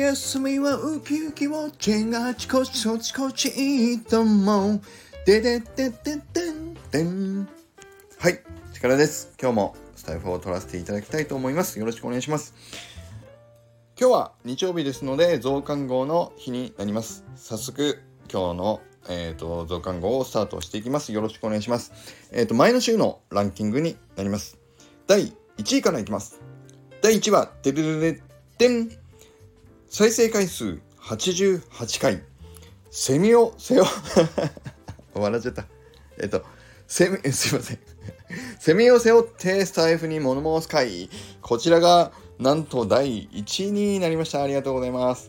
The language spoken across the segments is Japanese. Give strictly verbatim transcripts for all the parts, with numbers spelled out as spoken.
休みはウキウキウォッチングあちこちそちこちいいと思うでででででんでん。はい、力です。今日もスタイフを取らせていただきたいと思います。よろしくお願いします。今日は日曜日ですので増刊号の日になります。早速今日のえーと増刊号をスタートしていきます。よろしくお願いします。えーと前の週のランキングになります。だいいちいからいきます。だいいちいはでででででん。再生回数はちじゅうはちかい。セミを背負笑っちゃった。えっとセミすいませんセミを背負ってスタイフに物申す会、こちらがなんとだいいちいになりました。ありがとうございます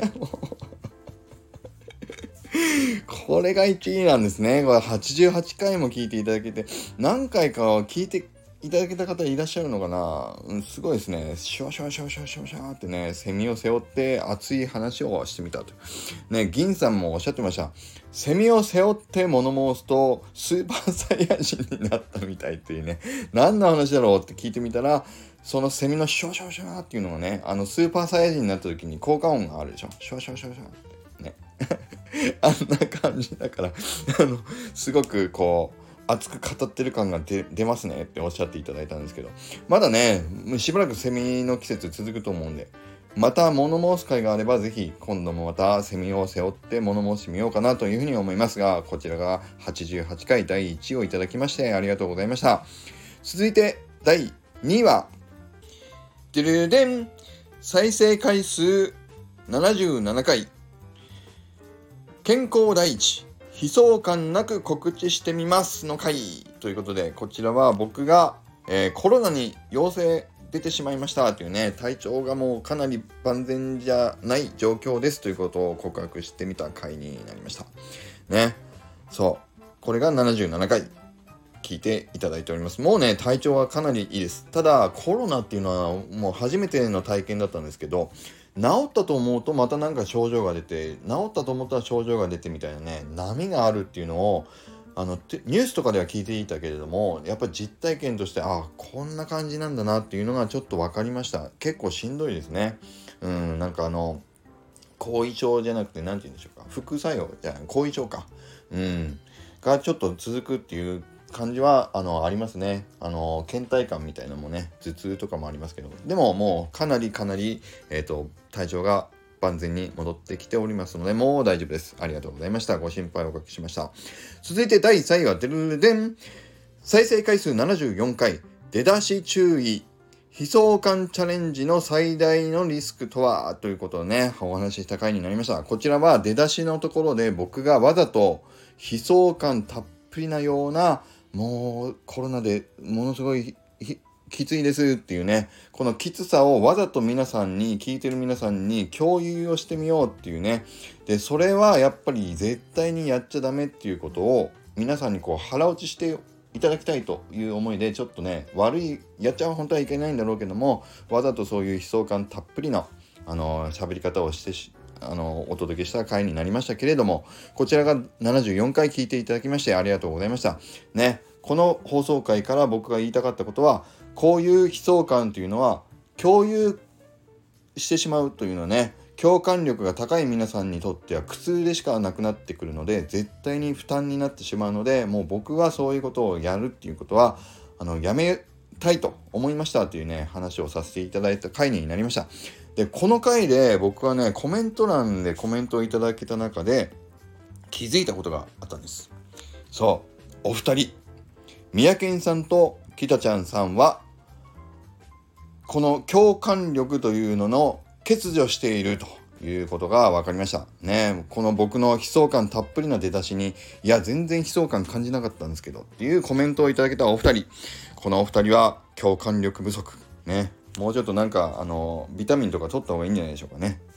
これがいちいなんですね。これはちじゅうはちかいも聞いていただけて、何回か聞いていただけた方いらっしゃるのかな、うん、すごいですね。シュワシュワシュワシュワシュワシュワってね、セミを背負って熱い話をしてみたとね。銀さんもおっしゃってました。セミを背負って物申すとスーパーサイヤ人になったみたいっていうね。何の話だろうって聞いてみたら、そのセミのシュワシュワシュワっていうのがね、あのスーパーサイヤ人になった時に効果音があるでしょ。シュワシュワシュワシュワってねあんな感じだからあのすごくこう熱く語ってる感が出, 出ますねっておっしゃっていただいたんですけど、まだねしばらくセミの季節続くと思うんで、また物申す会があればぜひ今度もまたセミを背負って物申してみようかなというふうに思いますが、こちらがはちじゅうはちかいだいいちいをいただきましてありがとうございました。続いてだいにいはでるでん。再生回数ななじゅうななかい。健康第一、悲壮感なく告知してみますの回ということで、こちらは僕が、えー、コロナに陽性出てしまいましたというね、体調がもうかなり万全じゃない状況ですということを告白してみた回になりましたね。そうこれがななじゅうななかい聞いていただいております。もうね体調はかなりいいです。ただコロナっていうのはもう初めての体験だったんですけど、治ったと思うとまたなんか症状が出て、治ったと思ったら症状が出てみたいなね、波があるっていうのをあのニュースとかでは聞いていたけれども、やっぱり実体験としてあこんな感じなんだなっていうのがちょっと分かりました。結構しんどいですね。うんなんかあの後遺症じゃなくて何て言うんでしょうか、副作用じゃない後遺症かうんがちょっと続くっていう感じはあのありますね。あの倦怠感みたいなのもね、頭痛とかもありますけど、でももうかなりかなり、えーと、体調が万全に戻ってきておりますので、もう大丈夫です。ありがとうございました。ご心配おかけしました。続いてだいさんいはデルデン。再生回数ななじゅうよんかい。出だし注意、悲壮感チャレンジの最大のリスクとはということをねお話しした回になりました。こちらは出だしのところで僕がわざと悲壮感たっぷりなような、もうコロナでものすごいきついですっていうね、このきつさをわざと皆さんに聞いてる皆さんに共有をしてみようっていうね。でそれはやっぱり絶対にやっちゃダメっていうことを皆さんにこう腹落ちしていただきたいという思いで、ちょっとね悪いやっちゃ本当はいけないんだろうけども、わざとそういう悲壮感たっぷりのあの喋り方をしてしあのお届けした回になりましたけれども、こちらがななじゅうよんかい聞いていただきましてありがとうございましたね。この放送回から僕が言いたかったことは、こういう悲壮感というのは共有してしまうというのはね、共感力が高い皆さんにとっては苦痛でしかなくなってくるので、絶対に負担になってしまうので、もう僕はそういうことをやるっていうことはあのやめたいと思いましたというね話をさせていただいた回になりました。でこの回で僕はねコメント欄でコメントをいただけた中で気づいたことがあったんです。そうお二人、みやけんさんときたちゃんさんはこの共感力というのの欠如しているということが分かりましたね。この僕の悲壮感たっぷりな出だしに、いや全然悲壮感感じなかったんですけどっていうコメントをいただけたお二人、このお二人は共感力不足ね。もうちょっとなんかあのビタミンとか取った方がいいんじゃないでしょうかね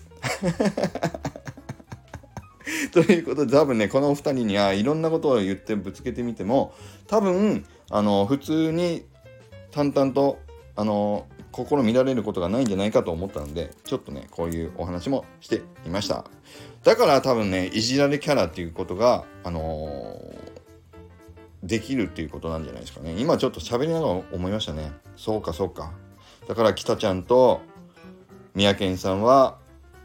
ということで、多分ねこのお二人にはいろんなことを言ってぶつけてみても、多分あの普通に淡々とあの心乱れることがないんじゃないかと思ったので、ちょっとねこういうお話もしてみました。だから多分ねいじられキャラっていうことがあのー、できるっていうことなんじゃないですかね。今ちょっと喋りながら思いましたね。そうかそうか。だからきたちゃんとみやけんさんは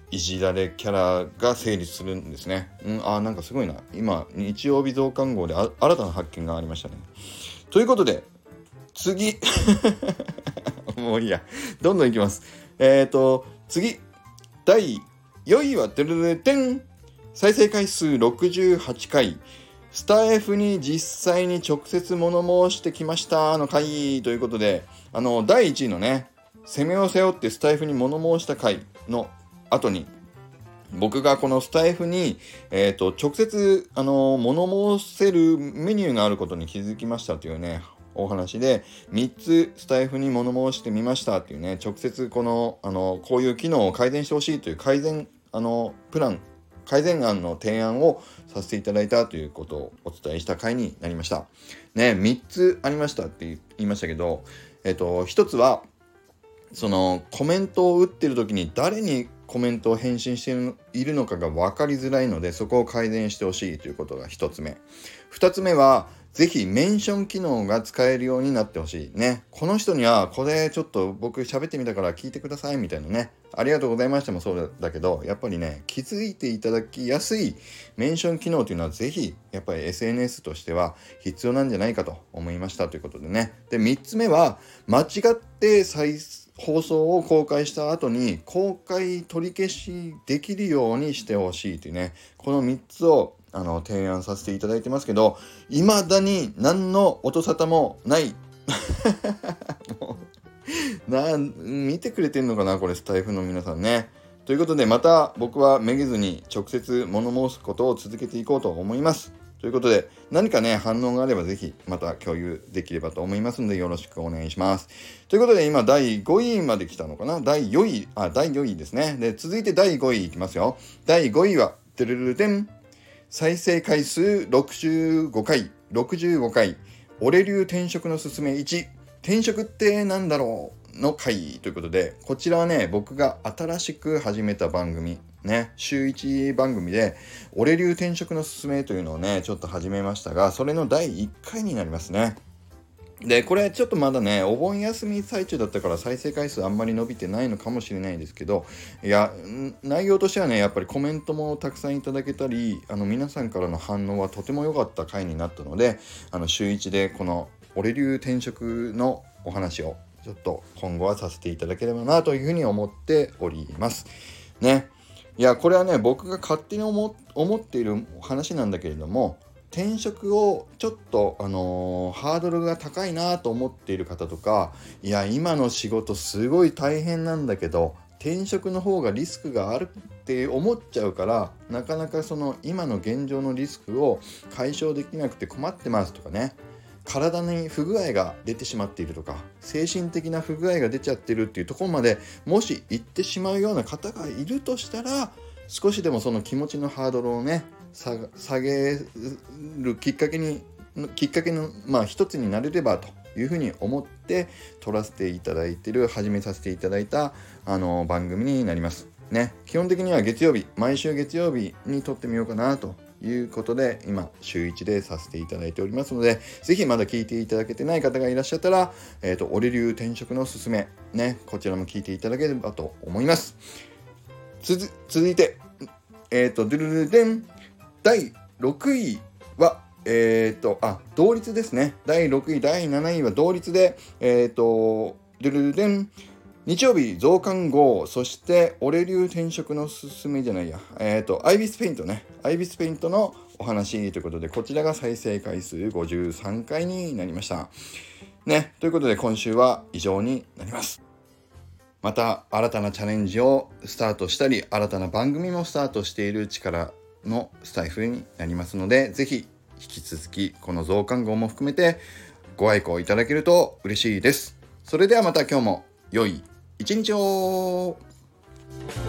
いじられキャラが成立するんですね。うん、あ、なんかすごいな。今、日曜日増刊号であ新たな発見がありましたね。ということで、次。もういいや。どんどんいきます。えっと、次。だいよんいは、てるるてん。再生回数ろくじゅうはちかい。スタイフに実際に直接物申してきましたの回ということで、あの、だいいちいのね、攻めを背負ってスタイフに物申した回の後に、僕がこのスタイフに、えーと、直接、あの、物申せるメニューがあることに気づきましたというね、お話で、みっつスタイフに物申してみましたっていうね、直接この、あの、こういう機能を改善してほしいという改善、あの、プラン、改善案の提案をさせていただいたということをお伝えした回になりました。ね、みっつありましたって言いましたけど、えっと、ひとつは、そのコメントを打ってる時に誰にコメントを返信しているのかが分かりづらいので、そこを改善してほしいということがひとつめ。ふたつめは、ぜひメンション機能が使えるようになってほしいね。この人にはこれちょっと僕喋ってみたから聞いてくださいみたいなね、ありがとうございましたもそうだけど、やっぱりね、気づいていただきやすいメンション機能というのはぜひやっぱり エスエヌエス としては必要なんじゃないかと思いましたということでね。で、みっつめは、間違って再放送を公開した後に公開取り消しできるようにしてほしいというね、このみっつをあの提案させていただいてますけど、未だに何の音沙汰もないもうな見てくれてんのかなこれ、スタイフの皆さんね。ということで、また僕はめげずに直接物申すことを続けていこうと思います。ということで、何かね反応があればぜひまた共有できればと思いますので、よろしくお願いします。ということで、今だいごいまで来たのかな。だいよんい、あ、だいよんいですね。で、続いてだいごいいきますよ。だいごいは、てるるるてん。再生回数ろくじゅうごかい、ろくじゅうごかい、俺流転職のすすめいち、転職ってなんだろうの回ということで、こちらはね、僕が新しく始めた番組、ね、週いち番組で、俺流転職のすすめというのをね、ちょっと始めましたが、それのだいいっかいになりますね。で、これちょっとまだね、お盆休み最中だったから再生回数あんまり伸びてないのかもしれないですけど、いや、内容としてはね、やっぱりコメントもたくさんいただけたり、あの皆さんからの反応はとても良かった回になったので、あの週いちでこの俺流転職のお話をちょっと今後はさせていただければなというふうに思っております。ね。いや、これはね、僕が勝手に 思, 思っている話なんだけれども、転職をちょっと、あのー、ハードルが高いなと思っている方とか、いや今の仕事すごい大変なんだけど転職の方がリスクがあるって思っちゃうから、なかなかその今の現状のリスクを解消できなくて困ってますとかね、体に不具合が出てしまっているとか、精神的な不具合が出ちゃってるっていうところまでもし行ってしまうような方がいるとしたら、少しでもその気持ちのハードルをね下げるきっかけにきっかけのまあ一つになれればというふうに思って撮らせていただいている始めさせていただいたあの番組になりますね。基本的には月曜日、毎週月曜日に撮ってみようかなということで、今週いちでさせていただいておりますので、ぜひまだ聞いていただけてない方がいらっしゃったら、えっと俺流転職のすすめね、こちらも聞いていただければと思います。つづ続いてえっとドゥルルデンだいろくいはえっ、ー、とあ同率ですね。だいろくいだいなないは同率で、えっ、ー、とドゥルルデン日曜日増刊号、そして俺流転職のすすめじゃないやえっ、ー、とアイビスペイントねアイビスペイントのお話ということで、こちらが再生回数ごじゅうさんかいになりましたね。ということで今週は以上になります。また新たなチャレンジをスタートしたり、新たな番組もスタートしている力のスタイフになりますので、ぜひ引き続きこの増刊号も含めてご愛顧いただけると嬉しいです。それではまた今日も良い一日を。